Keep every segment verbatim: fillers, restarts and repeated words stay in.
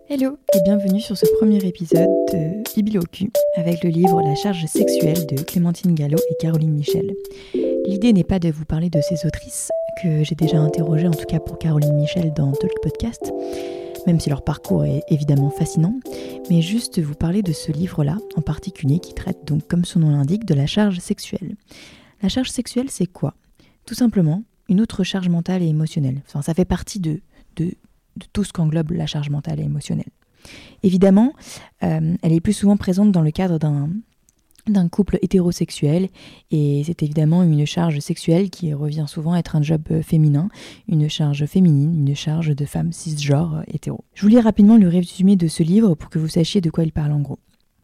Hello et bienvenue sur ce premier épisode de Bibliocu avec le livre La charge sexuelle de Clémentine Gallo et Caroline Michel. L'idée n'est pas de vous parler de ces autrices que j'ai déjà interrogées, en tout cas pour Caroline Michel dans Talk Podcast, même si leur parcours est évidemment fascinant, mais juste vous parler de ce livre-là en particulier qui traite donc, comme son nom l'indique, de la charge sexuelle. La charge sexuelle, c'est quoi ? Tout simplement une autre charge mentale et émotionnelle. Enfin, ça fait partie de, de de tout ce qu'englobe la charge mentale et émotionnelle. Évidemment, euh, elle est plus souvent présente dans le cadre d'un, d'un couple hétérosexuel, et c'est évidemment une charge sexuelle qui revient souvent être un job féminin, une charge féminine, une charge de femme cisgenre hétéro. Je vous lis rapidement le résumé de ce livre pour que vous sachiez de quoi il parle en gros.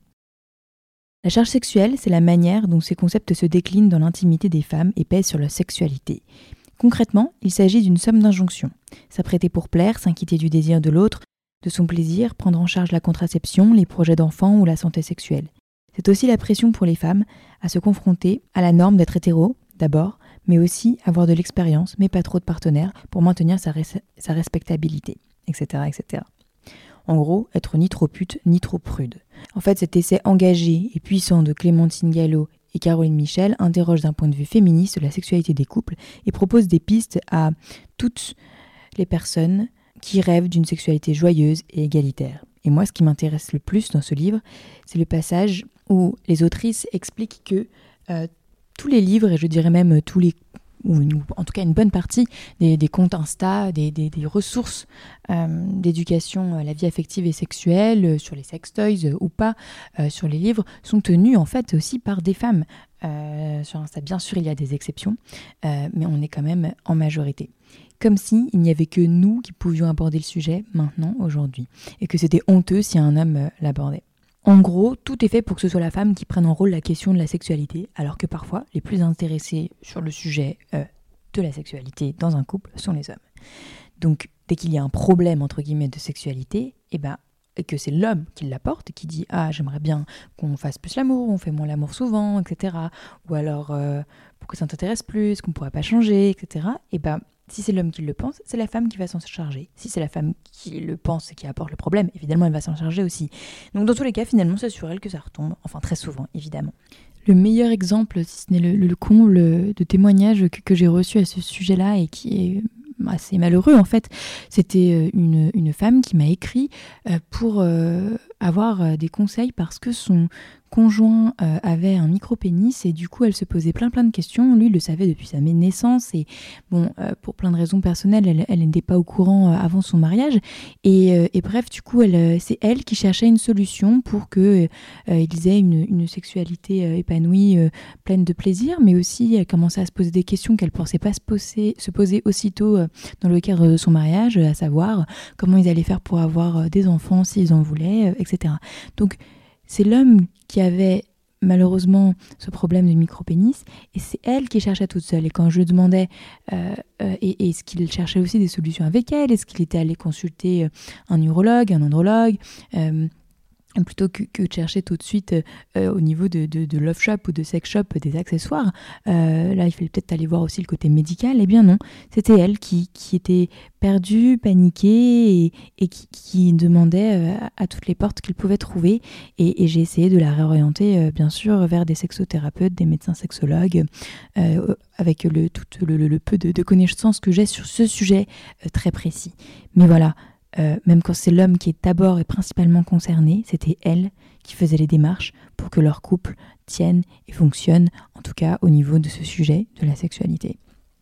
La charge sexuelle, c'est la manière dont ces concepts se déclinent dans l'intimité des femmes et pèsent sur leur sexualité. Concrètement, il s'agit d'une somme d'injonctions. S'apprêter pour plaire, s'inquiéter du désir de l'autre, de son plaisir, prendre en charge la contraception, les projets d'enfants ou la santé sexuelle. C'est aussi la pression pour les femmes à se confronter à la norme d'être hétéro, d'abord, mais aussi avoir de l'expérience, mais pas trop de partenaires, pour maintenir sa, res- sa respectabilité, et cetera, et cetera. En gros, être ni trop pute, ni trop prude. En fait, cet essai engagé et puissant de Clémentine Gallo et Caroline Michel interroge d'un point de vue féministe la sexualité des couples et propose des pistes à toutes les personnes qui rêvent d'une sexualité joyeuse et égalitaire. Et moi, ce qui m'intéresse le plus dans ce livre, c'est le passage où les autrices expliquent que euh, tous les livres, et je dirais même tous les ou une, en tout cas une bonne partie des, des comptes Insta, des, des, des ressources euh, d'éducation à la vie affective et sexuelle, euh, sur les sextoys euh, ou pas, euh, sur les livres, sont tenus en fait aussi par des femmes. Euh, sur Insta, bien sûr, il y a des exceptions, euh, mais on est quand même en majorité. Comme si il n'y avait que nous qui pouvions aborder le sujet maintenant, aujourd'hui, et que c'était honteux si un homme euh, l'abordait. En gros, tout est fait pour que ce soit la femme qui prenne en rôle la question de la sexualité, alors que parfois, les plus intéressés sur le sujet euh, de la sexualité dans un couple sont les hommes. Donc, dès qu'il y a un problème, entre guillemets, de sexualité, et ben, et que c'est l'homme qui l'apporte, qui dit « Ah, j'aimerais bien qu'on fasse plus l'amour, on fait moins l'amour souvent, et cetera » Ou alors euh, « Pourquoi ça ne t'intéresse plus, qu'on ne pourrait pas changer, et cetera » Et ben, si c'est l'homme qui le pense, c'est la femme qui va s'en charger. Si c'est la femme qui le pense et qui apporte le problème, évidemment, elle va s'en charger aussi. Donc dans tous les cas, finalement, c'est sur elle que ça retombe. Enfin, très souvent, évidemment. Le meilleur exemple, si ce n'est le, le comble de témoignages que, que j'ai reçu à ce sujet-là et qui est assez malheureux, en fait, c'était une, une femme qui m'a écrit pour euh, avoir des conseils parce que son conjoint euh, avait un micro-pénis et du coup elle se posait plein plein de questions. Lui il le savait depuis sa naissance et bon euh, pour plein de raisons personnelles elle, elle n'était pas au courant euh, avant son mariage et, euh, et bref du coup elle, euh, c'est elle qui cherchait une solution pour que euh, ils aient une, une sexualité euh, épanouie, euh, pleine de plaisir, mais aussi elle commençait à se poser des questions qu'elle ne pensait pas se poser, se poser aussitôt euh, dans le cadre de son mariage, à savoir comment ils allaient faire pour avoir euh, des enfants s'ils en voulaient, euh, et cetera. Donc c'est l'homme qui avait malheureusement ce problème de micro-pénis et c'est elle qui cherchait toute seule. Et quand je lui demandais euh, euh, et, et est-ce qu'il cherchait aussi des solutions avec elle, est-ce qu'il était allé consulter un urologue, un andrologue, euh, plutôt que, que de chercher tout de suite euh, au niveau de, de, de love shop ou de sex shop des accessoires, euh, là il fallait peut-être aller voir aussi le côté médical. Eh bien non, c'était elle qui, qui était perdue, paniquée et, et qui, qui demandait euh, à toutes les portes qu'elle pouvait trouver et, et j'ai essayé de la réorienter euh, bien sûr vers des sexothérapeutes, des médecins sexologues euh, avec le, tout le, le, le peu de, de connaissances que j'ai sur ce sujet euh, très précis. Mais voilà, Euh, même quand c'est l'homme qui est d'abord et principalement concerné, c'était elle qui faisait les démarches pour que leur couple tienne et fonctionne, en tout cas au niveau de ce sujet de la sexualité.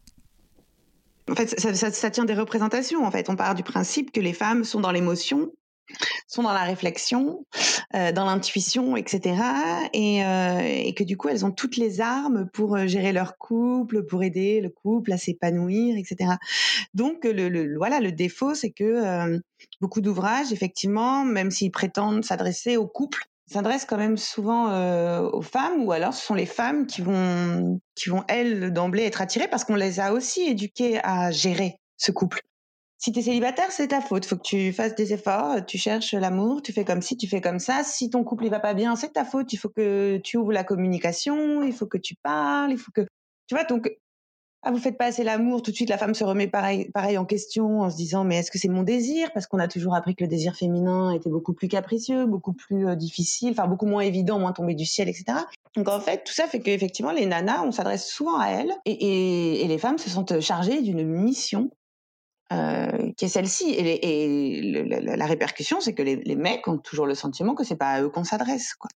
En fait, ça, ça, ça tient des représentations. En fait, on part du principe que les femmes sont dans l'émotion, sont dans la réflexion, euh, dans l'intuition, et cetera. Et, euh, et que du coup, elles ont toutes les armes pour gérer leur couple, pour aider le couple à s'épanouir, et cetera. Donc, le, le, voilà, le défaut, c'est que euh, beaucoup d'ouvrages, effectivement, même s'ils prétendent s'adresser au couple, s'adressent quand même souvent euh, aux femmes, ou alors ce sont les femmes qui vont, qui vont elles, d'emblée, être attirées parce qu'on les a aussi éduquées à gérer ce couple. Si t'es célibataire, c'est ta faute. Faut que tu fasses des efforts, tu cherches l'amour, tu fais comme ci, tu fais comme ça. Si ton couple il va pas bien, c'est ta faute. Il faut que tu ouvres la communication, il faut que tu parles, il faut que, tu vois, donc ah, vous faites pas assez l'amour, tout de suite la femme se remet pareil, pareil en question en se disant mais est-ce que c'est mon désir? Parce qu'on a toujours appris que le désir féminin était beaucoup plus capricieux, beaucoup plus euh, difficile, enfin beaucoup moins évident, moins tombé du ciel, et cetera. Donc en fait, tout ça fait qu'effectivement les nanas, on s'adresse souvent à elles et, et, et les femmes se sentent chargées d'une mission euh, qui est celle-ci. Et, les, et le, la, la répercussion, c'est que les, les mecs ont toujours le sentiment que c'est pas à eux qu'on s'adresse, quoi.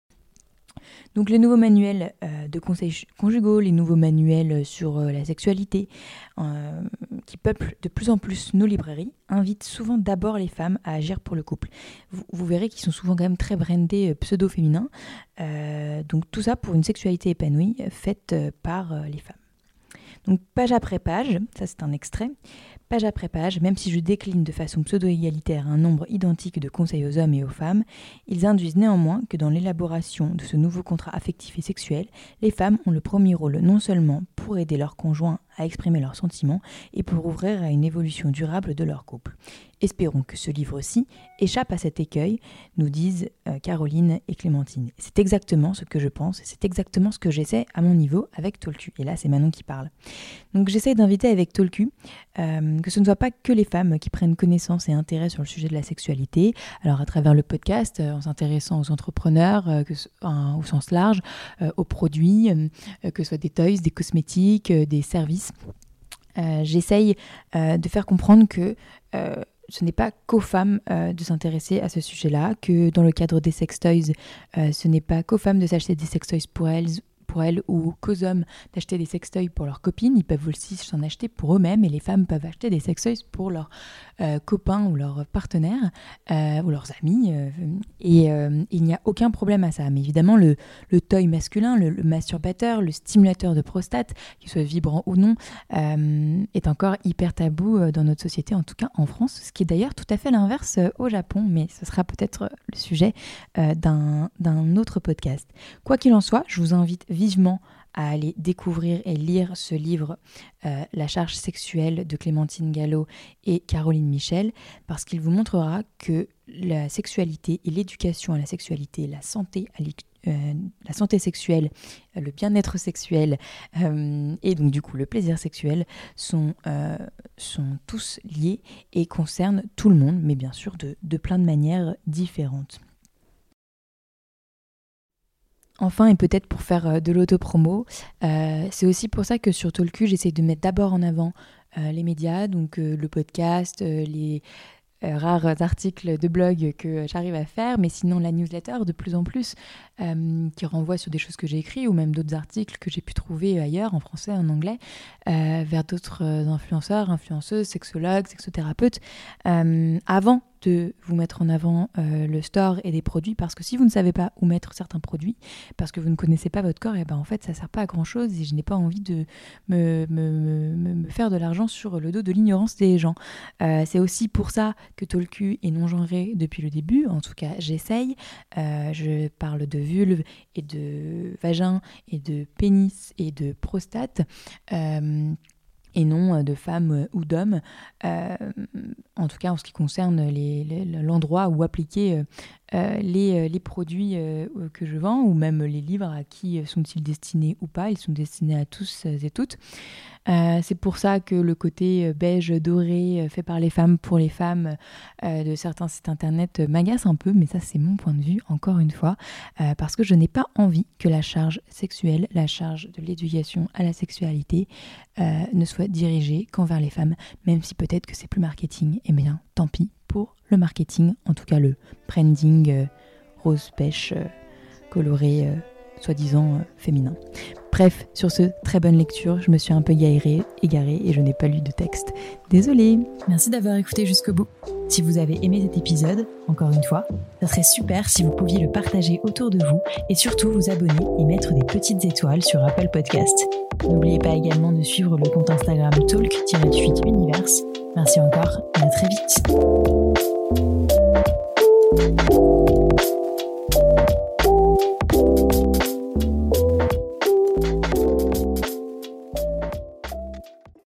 Donc les nouveaux manuels euh, de conseils conjugaux, les nouveaux manuels sur euh, la sexualité euh, qui peuplent de plus en plus nos librairies invitent souvent d'abord les femmes à agir pour le couple. Vous, vous verrez qu'ils sont souvent quand même très brandés euh, pseudo-féminins. Euh, donc tout ça pour une sexualité épanouie euh, faite euh, par euh, les femmes. Donc page après page, ça c'est un extrait, page après page, même si je décline de façon pseudo-égalitaire un nombre identique de conseils aux hommes et aux femmes, ils induisent néanmoins que dans l'élaboration de ce nouveau contrat affectif et sexuel, les femmes ont le premier rôle non seulement pour aider leur conjoint à exprimer leurs sentiments et pour ouvrir à une évolution durable de leur couple. Espérons que ce livre-ci échappe à cet écueil, nous disent euh, Caroline et Clémentine. C'est exactement ce que je pense, c'est exactement ce que j'essaie à mon niveau avec Tolku. Et là, c'est Manon qui parle. Donc j'essaie d'inviter avec Tolku euh, que ce ne soit pas que les femmes qui prennent connaissance et intérêt sur le sujet de la sexualité. Alors à travers le podcast, euh, en s'intéressant aux entrepreneurs euh, que, euh, au sens large, euh, aux produits, euh, que ce soit des toys, des cosmétiques, euh, des services. Euh, j'essaye euh, de faire comprendre que euh, ce n'est pas qu'aux femmes euh, de s'intéresser à ce sujet-là, que dans le cadre des sextoys, euh, ce n'est pas qu'aux femmes de s'acheter des sextoys pour elles, pour elles ou qu'aux hommes d'acheter des sextoys pour leurs copines. Ils peuvent aussi s'en acheter pour eux-mêmes et les femmes peuvent acheter des sextoys pour leurs euh, copains ou leurs partenaires euh, ou leurs amis. Euh, et euh, il n'y a aucun problème à ça. Mais évidemment, le, le toy masculin, le, le masturbateur, le stimulateur de prostate, qu'il soit vibrant ou non, euh, est encore hyper tabou dans notre société, en tout cas en France, ce qui est d'ailleurs tout à fait l'inverse au Japon, mais ce sera peut-être le sujet euh, d'un, d'un autre podcast. Quoi qu'il en soit, je vous invite vivement à aller découvrir et lire ce livre euh, La charge sexuelle de Clémentine Gallo et Caroline Michel, parce qu'il vous montrera que la sexualité et l'éducation à la sexualité, la santé à euh, la santé sexuelle, le bien-être sexuel euh, et donc du coup le plaisir sexuel sont, euh, sont tous liés et concernent tout le monde, mais bien sûr de, de plein de manières différentes. Enfin, et peut-être pour faire de l'autopromo, euh, c'est aussi pour ça que sur Tolku, j'essaie de mettre d'abord en avant euh, les médias, donc euh, le podcast, euh, les euh, rares articles de blog que j'arrive à faire, mais sinon la newsletter de plus en plus, euh, qui renvoie sur des choses que j'ai écrites, ou même d'autres articles que j'ai pu trouver ailleurs, en français, en anglais, euh, vers d'autres influenceurs, influenceuses, sexologues, sexothérapeutes, euh, avant de vous mettre en avant euh, le store et des produits, parce que si vous ne savez pas où mettre certains produits, parce que vous ne connaissez pas votre corps, et ben en fait ça ne sert pas à grand chose et je n'ai pas envie de me, me, me, me faire de l'argent sur le dos de l'ignorance des gens. Euh, c'est aussi pour ça que Tolku est non genré depuis le début, en tout cas j'essaye. Euh, je parle de vulve et de vagin et de pénis et de prostate. Euh, et non de femmes ou d'hommes, euh, en tout cas en ce qui concerne les, les, l'endroit où appliquer euh, les, les produits euh, que je vends, ou même les livres, à qui sont-ils destinés ou pas, ils sont destinés à tous et toutes. Euh, c'est pour ça que le côté beige doré fait par les femmes pour les femmes euh, de certains sites internet m'agace un peu, mais ça c'est mon point de vue, encore une fois, euh, parce que je n'ai pas envie que la charge sexuelle, la charge de l'éducation à la sexualité euh, ne soit dirigée qu'envers les femmes, même si peut-être que c'est plus marketing, et bien tant pis pour le marketing, en tout cas le branding euh, rose pêche euh, coloré euh, soi-disant euh, féminin. Bref, sur ce, très bonne lecture, je me suis un peu égarée, égarée et je n'ai pas lu de texte. Désolée. Merci d'avoir écouté jusqu'au bout. Si vous avez aimé cet épisode, encore une fois, ça serait super si vous pouviez le partager autour de vous et surtout vous abonner et mettre des petites étoiles sur Apple Podcast. N'oubliez pas également de suivre le compte Instagram talk tiret du huit univers. Merci encore et à très vite.